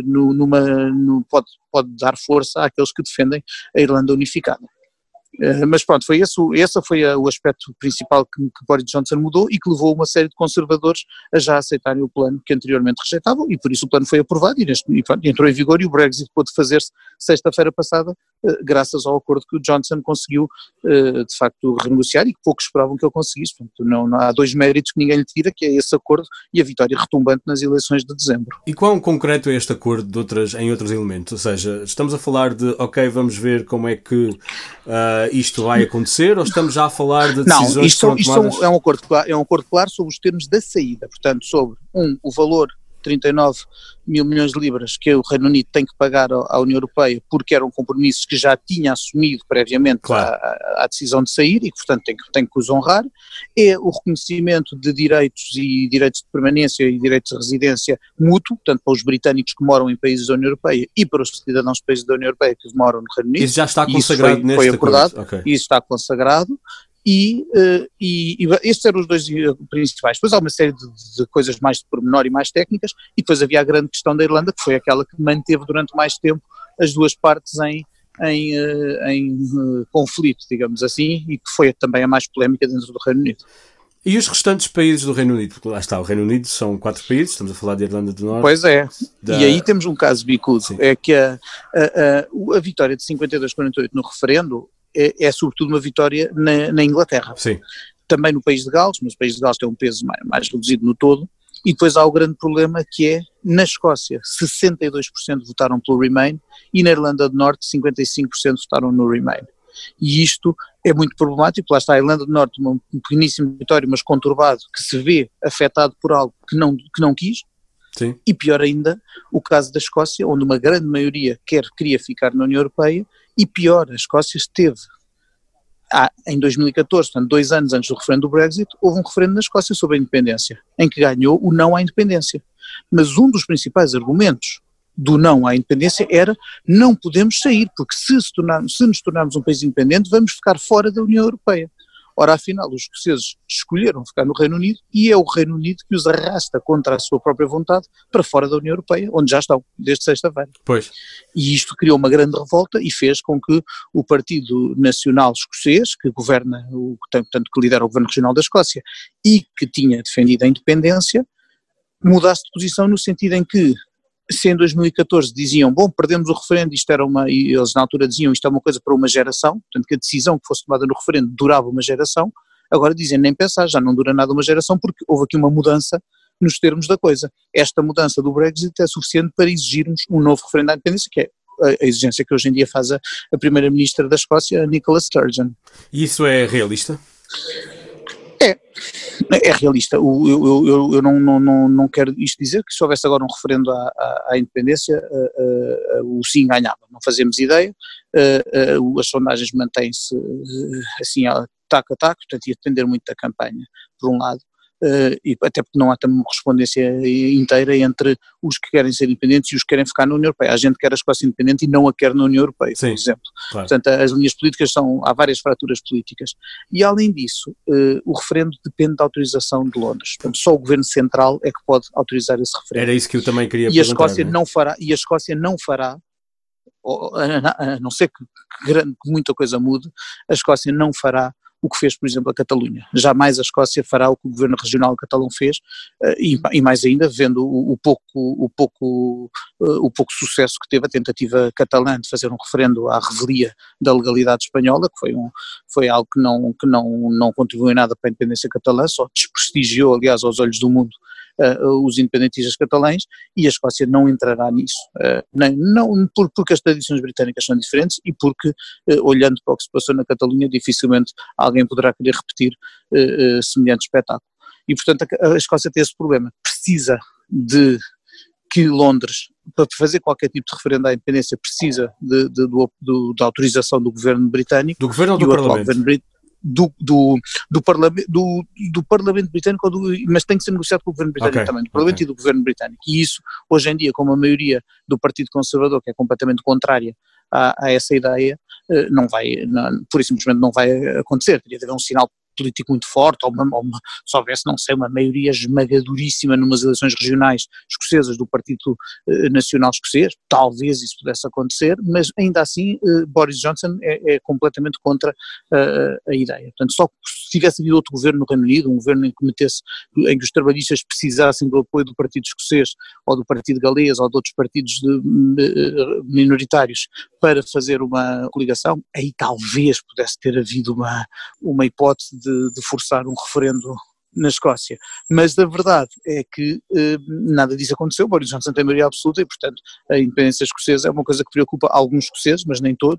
pode dar força àqueles que defendem a Irlanda unificada. Mas pronto, esse foi o aspecto principal que Boris Johnson mudou e que levou uma série de conservadores a já aceitarem o plano que anteriormente rejeitavam, e por isso o plano foi aprovado e entrou em vigor, e o Brexit pôde fazer-se sexta-feira passada, graças ao acordo que o Johnson conseguiu de facto renegociar, e que poucos esperavam que ele conseguisse. Portanto, não há dois méritos que ninguém lhe tira, que é esse acordo e a vitória retumbante nas eleições de dezembro. E quão concreto é este acordo em outros elementos? Ou seja, estamos a falar de, vamos ver como é que isto vai acontecer, ou estamos já a falar de decisões que são tomadas? É um acordo claro sobre os termos da saída, portanto, sobre o valor 39 mil milhões de libras que o Reino Unido tem que pagar à União Europeia, porque eram compromissos que já tinha assumido previamente à decisão de sair e que, portanto, tem que os honrar. É o reconhecimento de direitos e direitos de permanência e direitos de residência mútuo, tanto para os britânicos que moram em países da União Europeia e para os cidadãos de países da União Europeia que moram no Reino Unido. Isso já está consagrado neste foi acordado, okay. Isso está consagrado. E estes eram os dois principais. Depois há uma série de coisas mais de pormenor e mais técnicas, e depois havia a grande questão da Irlanda, que foi aquela que manteve durante mais tempo as duas partes em conflito, digamos assim, e que foi também a mais polémica dentro do Reino Unido. E os restantes países do Reino Unido? Porque lá está, o Reino Unido são 4 países, estamos a falar de Irlanda do Norte. Pois é, e aí temos um caso bicudo, é que a vitória de 52-48 no referendo é sobretudo uma vitória na Inglaterra. Sim. Também no país de Gales, mas o país de Gales tem um peso mais reduzido no todo, e depois há o grande problema que é, na Escócia, 62% votaram pelo Remain, e na Irlanda do Norte 55% votaram no Remain. E isto é muito problemático, lá está a Irlanda do Norte, uma pequeníssima vitória, mas conturbado, que se vê afetado por algo que não quis. Sim. E pior ainda, o caso da Escócia, onde uma grande maioria queria ficar na União Europeia, e pior, a Escócia esteve, em 2014, portanto 2 anos antes do referendo do Brexit, houve um referendo na Escócia sobre a independência, em que ganhou o não à independência. Mas um dos principais argumentos do não à independência era: não podemos sair, porque se nos tornarmos um país independente, vamos ficar fora da União Europeia. Ora, afinal, os escoceses escolheram ficar no Reino Unido e é o Reino Unido que os arrasta contra a sua própria vontade para fora da União Europeia, onde já estão, desde sexta-feira. Pois. E isto criou uma grande revolta e fez com que o Partido Nacional Escocês, que governa, portanto, que lidera o governo regional da Escócia e que tinha defendido a independência, mudasse de posição no sentido em que, se em 2014 diziam, bom, perdemos o referendo, e eles na altura diziam, isto é uma coisa para uma geração, portanto que a decisão que fosse tomada no referendo durava uma geração, agora dizem, nem pensar, já não dura nada uma geração, porque houve aqui uma mudança nos termos da coisa. Esta mudança do Brexit é suficiente para exigirmos um novo referendo à independência, que é a exigência que hoje em dia faz a primeira-ministra da Escócia, Nicola Sturgeon. E isso é realista? É realista. Eu não quero isto dizer que se houvesse agora um referendo à independência, o sim ganhava, não fazemos ideia, as sondagens mantêm-se assim, taco a taco, portanto ia depender muito da campanha, por um lado, e até porque não há também uma correspondência inteira entre os que querem ser independentes e os que querem ficar na União Europeia. Há gente que quer a Escócia independente e não a quer na União Europeia, sim, por exemplo. Claro. Portanto, as linhas políticas há várias fraturas políticas. E além disso, o referendo depende da autorização de Londres. Portanto, só o Governo Central é que pode autorizar esse referendo. Era isso que eu também queria perguntar. E a Escócia não fará, a não ser que muita coisa mude, a Escócia não fará o que fez, por exemplo, a Catalunha. Jamais a Escócia fará o que o governo regional catalão fez, e mais ainda, vendo o pouco sucesso que teve a tentativa catalã de fazer um referendo à revelia da legalidade espanhola, que foi algo que não contribuiu em nada para a independência catalã, só desprestigiou, aliás, aos olhos do mundo, os independentistas catalães, e a Escócia não entrará nisso, porque as tradições britânicas são diferentes e porque, olhando para o que se passou na Catalunha, dificilmente alguém poderá querer repetir semelhante espetáculo. E portanto a Escócia tem esse problema, precisa de que Londres, para fazer qualquer tipo de referendo à independência, precisa da autorização do governo britânico. Do governo ou do Parlamento? Do Parlamento Britânico, mas tem que ser negociado com o Governo Britânico também, do Parlamento e do Governo Britânico. E isso, hoje em dia, com a maioria do Partido Conservador, que é completamente contrária a essa ideia, pura e simplesmente não vai acontecer. Teria de haver um sinal político muito forte, ou se houvesse, não sei, uma maioria esmagadoríssima numas eleições regionais escocesas do Partido Nacional Escocês, talvez isso pudesse acontecer, mas ainda assim Boris Johnson é completamente contra a ideia. Portanto, só se tivesse havido outro governo no Reino Unido, um governo em que os trabalhistas precisassem do apoio do Partido Escocês, ou do Partido Galês, ou de outros partidos minoritários, para fazer uma coligação, aí talvez pudesse ter havido uma hipótese de forçar um referendo na Escócia, mas a verdade é que nada disso aconteceu. Boris Johnson tem maioria absoluta e, portanto, a independência escocesa é uma coisa que preocupa alguns escoceses, mas nem todos,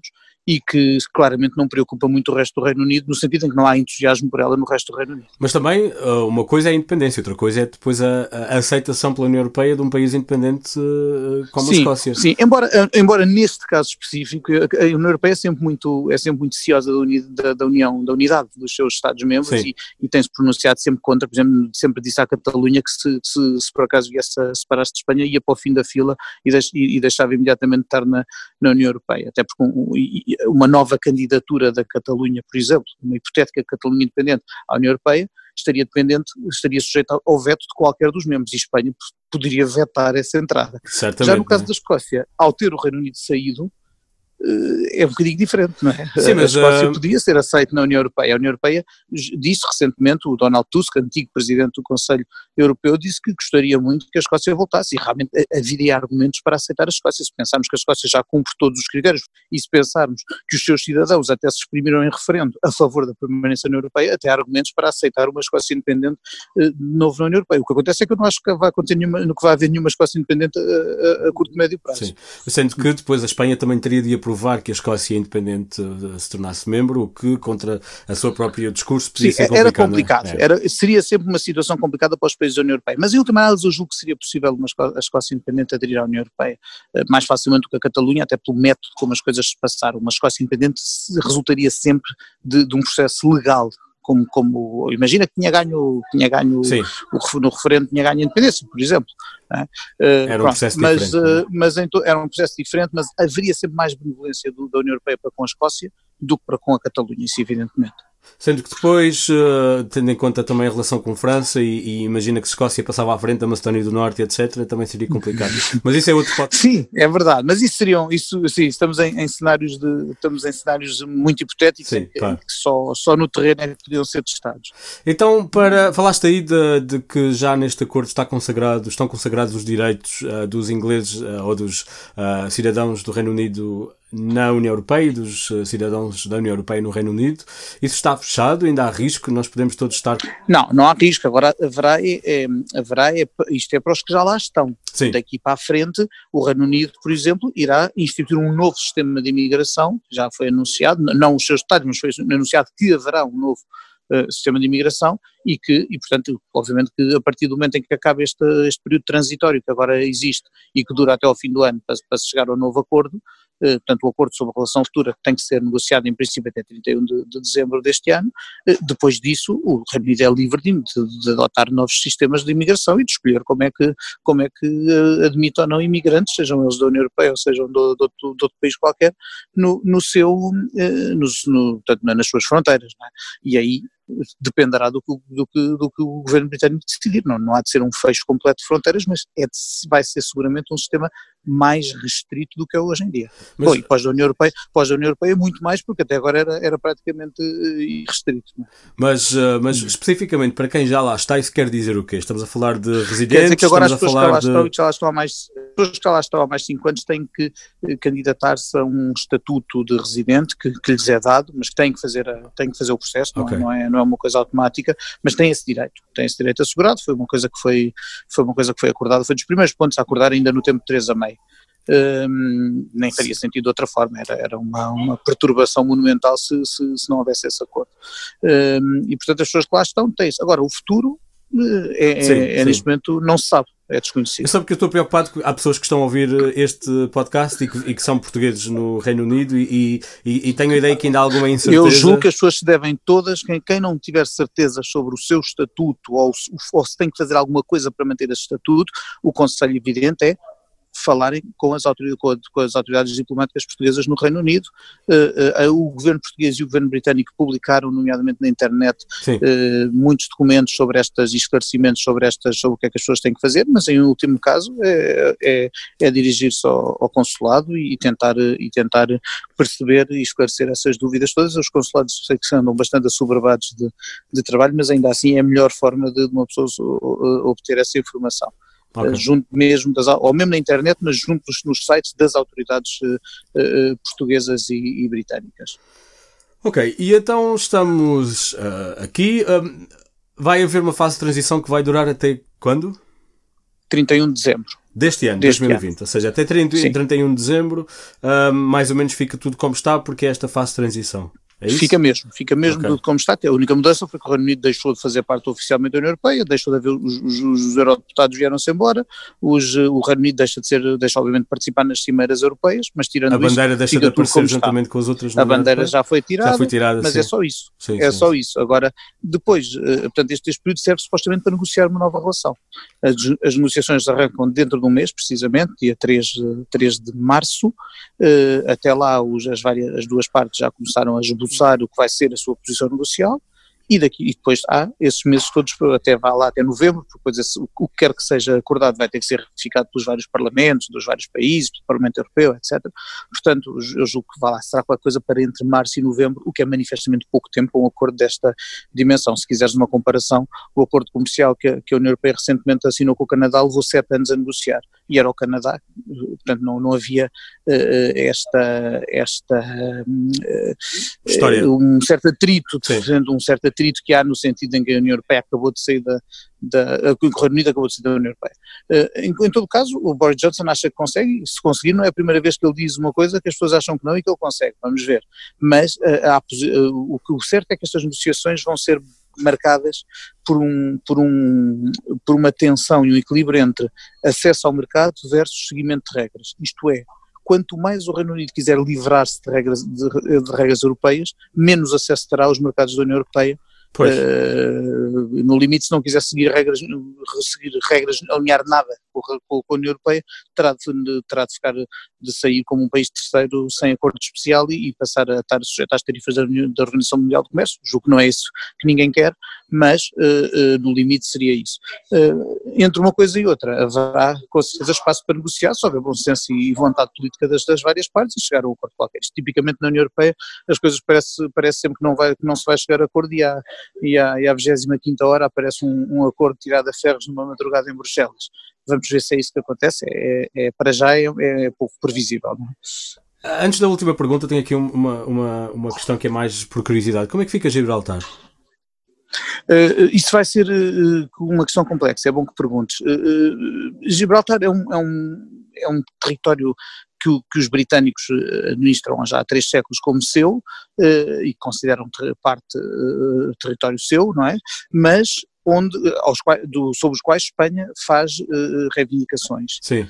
e que claramente não preocupa muito o resto do Reino Unido, no sentido em que não há entusiasmo por ela no resto do Reino Unido. Mas também uma coisa é a independência, outra coisa é depois a aceitação pela União Europeia de um país independente como a Escócia. Sim, embora neste caso específico a União Europeia é sempre muito ciosa da unidade dos seus Estados-membros e tem-se pronunciado sempre contra, por exemplo, sempre disse à Catalunha que se por acaso viesse a separar-se de Espanha ia para o fim da fila e deixava imediatamente de estar na União Europeia, até porque uma nova candidatura da Catalunha, por exemplo, uma hipotética Catalunha independente à União Europeia, estaria sujeita ao veto de qualquer dos membros e Espanha poderia vetar essa entrada. Certamente, já no caso da Escócia, ao ter o Reino Unido saído, é um bocadinho diferente, não é? Sim, mas, a Escócia podia ser aceita na União Europeia. A União Europeia disse recentemente, o Donald Tusk, antigo presidente do Conselho Europeu, disse que gostaria muito que a Escócia voltasse e realmente haveria argumentos para aceitar a Escócia. Se pensarmos que a Escócia já cumpre todos os critérios e se pensarmos que os seus cidadãos até se exprimiram em referendo a favor da permanência na União Europeia, até há argumentos para aceitar uma Escócia independente de novo na União Europeia. O que acontece é que eu não acho que vai haver nenhuma Escócia independente a curto e médio prazo. Sim, sendo que depois a Espanha também teria de provar que a Escócia independente se tornasse membro, o que contra a sua própria discurso podia ser complicado. Era complicado, seria sempre uma situação complicada para os países da União Europeia, mas em última análise eu julgo que seria possível a Escócia independente aderir à União Europeia mais facilmente do que a Catalunha, até pelo método como as coisas se passaram. Uma Escócia independente resultaria sempre de um processo legal, como imagina que tinha ganho no referendo, tinha ganho a independência, por exemplo. Era um processo diferente. Mas era um processo diferente, mas haveria sempre mais benevolência da União Europeia para com a Escócia do que para com a Catalunha, isso evidentemente. Sendo que depois, tendo em conta também a relação com França e imagina que a Escócia passava à frente da Macedónia do Norte, etc., também seria complicado. Mas isso é outro ponto. Sim, é verdade, mas estamos em cenários muito hipotéticos, sim, claro. Que só no terreno é que podiam ser testados. Então, falaste aí de que já neste acordo estão consagrados os direitos dos ingleses ou dos cidadãos do Reino Unido na União Europeia e dos cidadãos da União Europeia no Reino Unido. Isso está fechado? Ainda há risco? Nós podemos todos estar... Não há risco. Agora isto é para os que já lá estão. Sim. Daqui para a frente, o Reino Unido, por exemplo, irá instituir um novo sistema de imigração, já foi anunciado, não os seus detalhes, mas foi anunciado que haverá um novo sistema de imigração e portanto, obviamente que a partir do momento em que acaba este período transitório que agora existe e que dura até ao fim do ano para se chegar ao novo acordo, portanto o acordo sobre a relação futura tem que ser negociado em princípio até 31 de dezembro deste ano, depois disso o Reino Unido é livre de adotar novos sistemas de imigração e de escolher como é que admite ou não imigrantes, sejam eles da União Europeia ou sejam de outro país qualquer, portanto, nas suas fronteiras, não é? E aí dependerá do que o governo britânico decidir. Não há de ser um fecho completo de fronteiras, mas vai ser seguramente um sistema mais restrito do que é hoje em dia. Mas, e pós da União Europeia muito mais, porque até agora era praticamente irrestrito. Não é? Mas especificamente para quem já lá está, isso quer dizer o quê? Estamos a falar de residentes? Quer dizer que agora as pessoas que já lá estão há mais 5 anos têm que candidatar-se a um estatuto de residente que lhes é dado, mas que têm que fazer o processo, okay. Não é uma coisa automática, mas têm esse direito assegurado. Foi uma coisa que foi acordada, foi dos primeiros pontos a acordar ainda no tempo de Theresa May. Nem faria sentido de outra forma, era uma perturbação monumental se não houvesse esse acordo. E portanto as pessoas que lá estão têm isso. Agora o futuro sim. Neste momento não se sabe. É desconhecido. Eu sabe que eu estou preocupado que há pessoas que estão a ouvir este podcast e que são portugueses no Reino Unido e tenho a ideia que ainda há alguma incerteza. Eu julgo que as pessoas se devem todas, quem não tiver certezas sobre o seu estatuto ou se tem que fazer alguma coisa para manter esse estatuto, o conselho evidente é falarem com as autoridades diplomáticas portuguesas no Reino Unido. O governo português e o governo britânico publicaram, nomeadamente na internet, muitos documentos sobre esclarecimentos sobre o que é que as pessoas têm que fazer, mas em último caso é dirigir-se ao consulado e tentar perceber e esclarecer essas dúvidas todas. Os consulados sei que andam bastante assoberbados de trabalho, mas ainda assim é a melhor forma de uma pessoa obter essa informação. Okay. Junto mesmo ou mesmo na internet, mas junto nos sites das autoridades portuguesas e britânicas. Ok, e então estamos aqui. Vai haver uma fase de transição que vai durar até quando? 31 de dezembro. Deste ano, 2020, ou seja, até 31 de dezembro, mais ou menos fica tudo como está, porque é esta fase de transição. É isso? Fica mesmo okay. Tudo como está. A única mudança foi que o Reino Unido deixou de fazer parte oficialmente da União Europeia, deixou de haver, os eurodeputados vieram-se embora, o Reino Unido deixa obviamente de participar nas cimeiras europeias, mas tirando isso... A bandeira deixa de aparecer juntamente com as outras. A bandeira já foi tirada, mas sim. É só isso. Só isso. Agora, depois, portanto, este período serve supostamente para negociar uma nova relação. As negociações arrancam dentro de um mês, precisamente, dia 3 de março. Até lá as duas partes já começaram a esboçar o que vai ser a sua posição negocial, e depois há esses meses todos, até novembro, porque depois o que quer que seja acordado vai ter que ser ratificado pelos vários parlamentos, dos vários países, pelo Parlamento Europeu, etc. Portanto, eu julgo que será qualquer coisa para entre março e novembro, o que é manifestamente pouco tempo para um acordo desta dimensão. Se quiseres uma comparação, o acordo comercial que a União Europeia recentemente assinou com o Canadá levou 7 anos a negociar, e era o Canadá, portanto não havia esta história, um certo atrito, que há no sentido em que a União Europeia acabou de sair o Reino Unido acabou de sair da União Europeia. Em todo caso, o Boris Johnson acha que consegue, e se conseguir não é a primeira vez que ele diz uma coisa que as pessoas acham que não e que ele consegue, vamos ver. Mas o certo é que estas negociações vão ser marcadas por uma tensão e um equilíbrio entre acesso ao mercado versus seguimento de regras. Isto é, quanto mais o Reino Unido quiser livrar-se de regras europeias, menos acesso terá aos mercados da União Europeia. No limite, se não quiser seguir regras, alinhar nada com a União Europeia, terá de sair como um país terceiro sem acordo especial e passar a estar sujeito às tarifas da Organização Mundial do Comércio. Julgo que não é isso que ninguém quer, mas no limite seria isso. Entre uma coisa e outra, haverá com certeza espaço para negociar, se houver bom senso e vontade política das várias partes, e chegar a um acordo qualquer. Tipicamente na União Europeia as coisas parece sempre que não se vai chegar a acordo, e à 25ª hora aparece um acordo tirado a ferros numa madrugada em Bruxelas. Vamos ver se é isso que acontece. Para já é pouco previsível, não é? Antes da última pergunta, tenho aqui uma questão que é mais por curiosidade. Como é que fica Gibraltar? Isso vai ser uma questão complexa, é bom que perguntes. Gibraltar é um território que os britânicos administram já há 3 séculos como seu, e consideram território seu, não é? Mas sobre os quais Espanha faz reivindicações. Sim.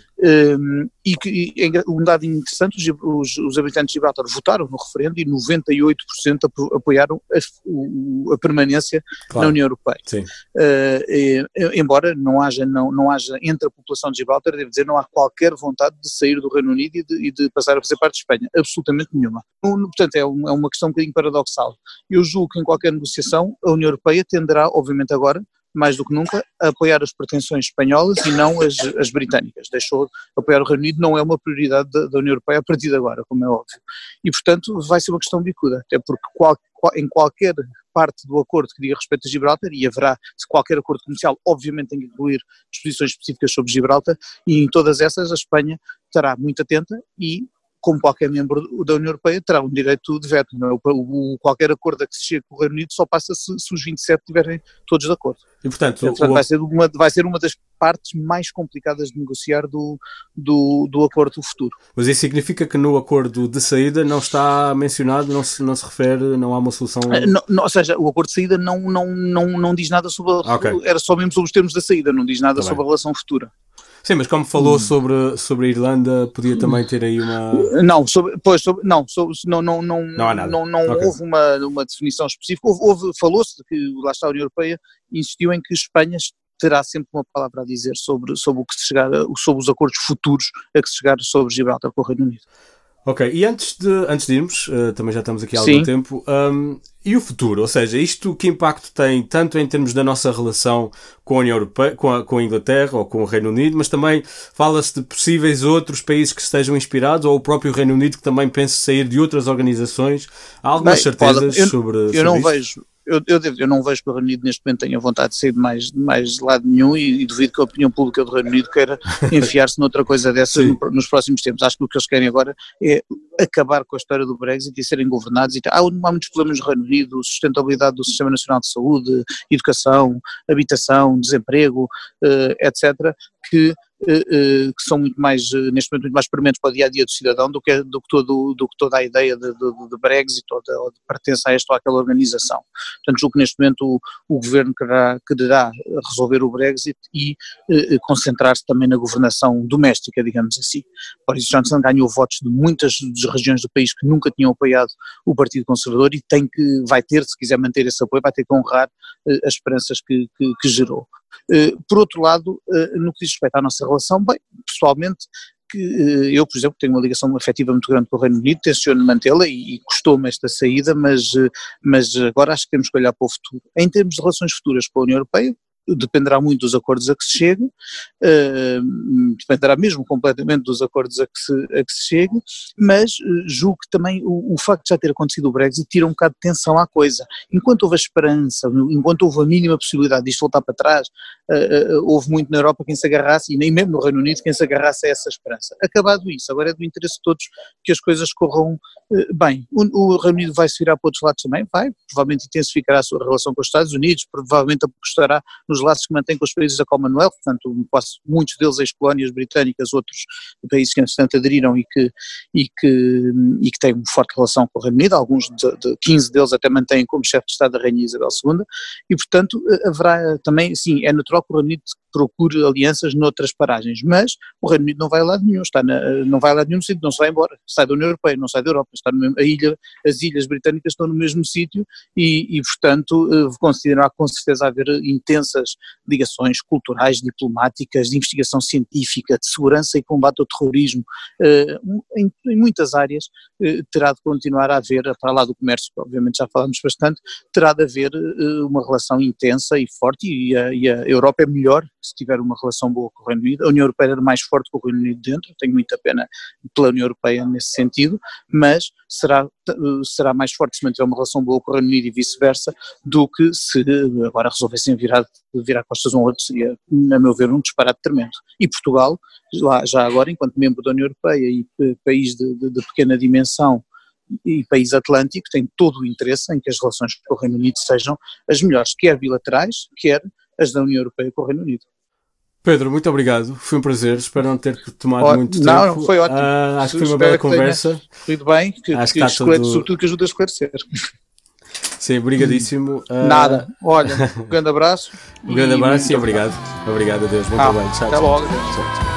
Um dado interessante, os habitantes de Gibraltar votaram no referendo e 98% apoiaram a permanência na União Europeia. Sim. Embora não haja entre a população de Gibraltar, devo dizer, não há qualquer vontade de sair do Reino Unido e de passar a fazer parte de Espanha, absolutamente nenhuma. Portanto, é uma questão um bocadinho paradoxal. Eu julgo que em qualquer negociação a União Europeia tenderá, obviamente agora, mais do que nunca, a apoiar as pretensões espanholas e não as britânicas. Deixou de apoiar o Reino Unido, não é uma prioridade da União Europeia a partir de agora, como é óbvio. E, portanto, vai ser uma questão bicuda, até porque em qualquer parte do acordo que diga respeito a Gibraltar, e haverá, se qualquer acordo comercial, obviamente tem que incluir disposições específicas sobre Gibraltar, e em todas essas a Espanha estará muito atenta e, como qualquer membro da União Europeia, terá um direito de veto. Não é? Qualquer acordo a que se chegue com o Reino Unido só passa se os 27 estiverem todos de acordo. E, portanto, vai ser uma das partes mais complicadas de negociar do acordo futuro. Mas isso significa que no acordo de saída não está mencionado, não se refere, não há uma solução... ou seja, o acordo de saída não diz nada sobre era só mesmo sobre os termos da saída, não diz nada sobre a relação futura. Sim, mas como falou sobre a Irlanda, podia também ter aí uma... Não há nada. Não houve uma definição específica. Falou-se de que, lá está, a União Europeia insistiu em que Espanha terá sempre uma palavra a dizer sobre o que se chegar, sobre os acordos futuros a que se chegar sobre Gibraltar com o Reino Unido. Ok, e antes de irmos, também já estamos aqui há algum tempo, e o futuro? Ou seja, isto que impacto tem tanto em termos da nossa relação com a União Europeia, com a Inglaterra ou com o Reino Unido, mas também fala-se de possíveis outros países que estejam inspirados, ou o próprio Reino Unido que também pense sair de outras organizações. Há algumas certezas sobre eu não vejo. Eu não vejo que o Reino Unido neste momento tenha vontade de sair de mais lado nenhum, e duvido que a opinião pública do Reino Unido queira enfiar-se noutra coisa dessas nos próximos tempos. Acho que o que eles querem agora é acabar com a história do Brexit e serem governados. Há muitos problemas no Reino Unido: sustentabilidade do Sistema Nacional de Saúde, educação, habitação, desemprego, etc., que que são muito mais, neste momento, muito mais prementes para o dia-a-dia do cidadão do que toda a ideia de Brexit ou de pertença a esta ou àquela organização. Portanto, julgo que neste momento o governo quererá resolver o Brexit e concentrar-se também na governação doméstica, digamos assim. Boris Johnson ganhou votos de muitas das regiões do país que nunca tinham apoiado o Partido Conservador e vai ter, se quiser manter esse apoio, vai ter que honrar as esperanças que gerou. Por outro lado, no que diz respeito à nossa relação, bem, pessoalmente, que eu, por exemplo, tenho uma ligação afetiva muito grande com o Reino Unido, tenciono mantê-la e custou-me esta saída, mas agora acho que temos que olhar para o futuro. Em termos de relações futuras com a União Europeia, dependerá muito dos acordos a que se chegue, dependerá mesmo completamente dos acordos a que se chegue, mas julgo que também o facto de já ter acontecido o Brexit tira um bocado de tensão à coisa. Enquanto houve a esperança, enquanto houve a mínima possibilidade disto voltar para trás, houve muito na Europa quem se agarrasse, e nem mesmo no Reino Unido, quem se agarrasse a essa esperança. Acabado isso, agora é do interesse de todos que as coisas corram bem. O Reino Unido vai se virar para outros lados também, provavelmente intensificará a sua relação com os Estados Unidos, provavelmente apostará nos laços que mantém com os países da Commonwealth, portanto, muitos deles ex-colónias britânicas, outros países que, entretanto, aderiram e que têm uma forte relação com o Reino Unido, alguns de 15 deles até mantêm como chefe de Estado a Rainha Isabel II, e, portanto, haverá também, sim, é natural que o Reino Unido procure alianças noutras paragens, mas o Reino Unido não vai a lado nenhum, não vai a lado nenhum sítio, não se vai embora, sai da União Europeia, não sai da Europa, está no mesmo, as ilhas britânicas estão no mesmo sítio e portanto, considerará com certeza haver intensas ligações culturais, diplomáticas, de investigação científica, de segurança e combate ao terrorismo, em muitas áreas terá de continuar a haver, para lá do comércio, que obviamente já falamos bastante, terá de haver uma relação intensa e forte e a Europa é melhor se tiver uma relação boa com o Reino Unido. A União Europeia era mais forte que o Reino Unido dentro, tenho muita pena pela União Europeia nesse sentido, mas será mais forte se mantiver uma relação boa com o Reino Unido e vice-versa do que se agora resolvessem virar costas um ao outro, seria, a meu ver, um disparate tremendo. E Portugal, já agora, enquanto membro da União Europeia e país de pequena dimensão e país atlântico, tem todo o interesse em que as relações com o Reino Unido sejam as melhores, quer bilaterais, quer as da União Europeia com o Reino Unido. Pedro, muito obrigado, foi um prazer, espero não ter tomado muito tempo. Não, foi ótimo. Acho que foi uma bela conversa. Tudo bem, sobretudo que ajuda a esclarecer. Sim, obrigadíssimo. Nada, olha, um grande abraço. Um grande abraço e obrigado. Obrigado a Deus, bom trabalho. Até logo. Tchau.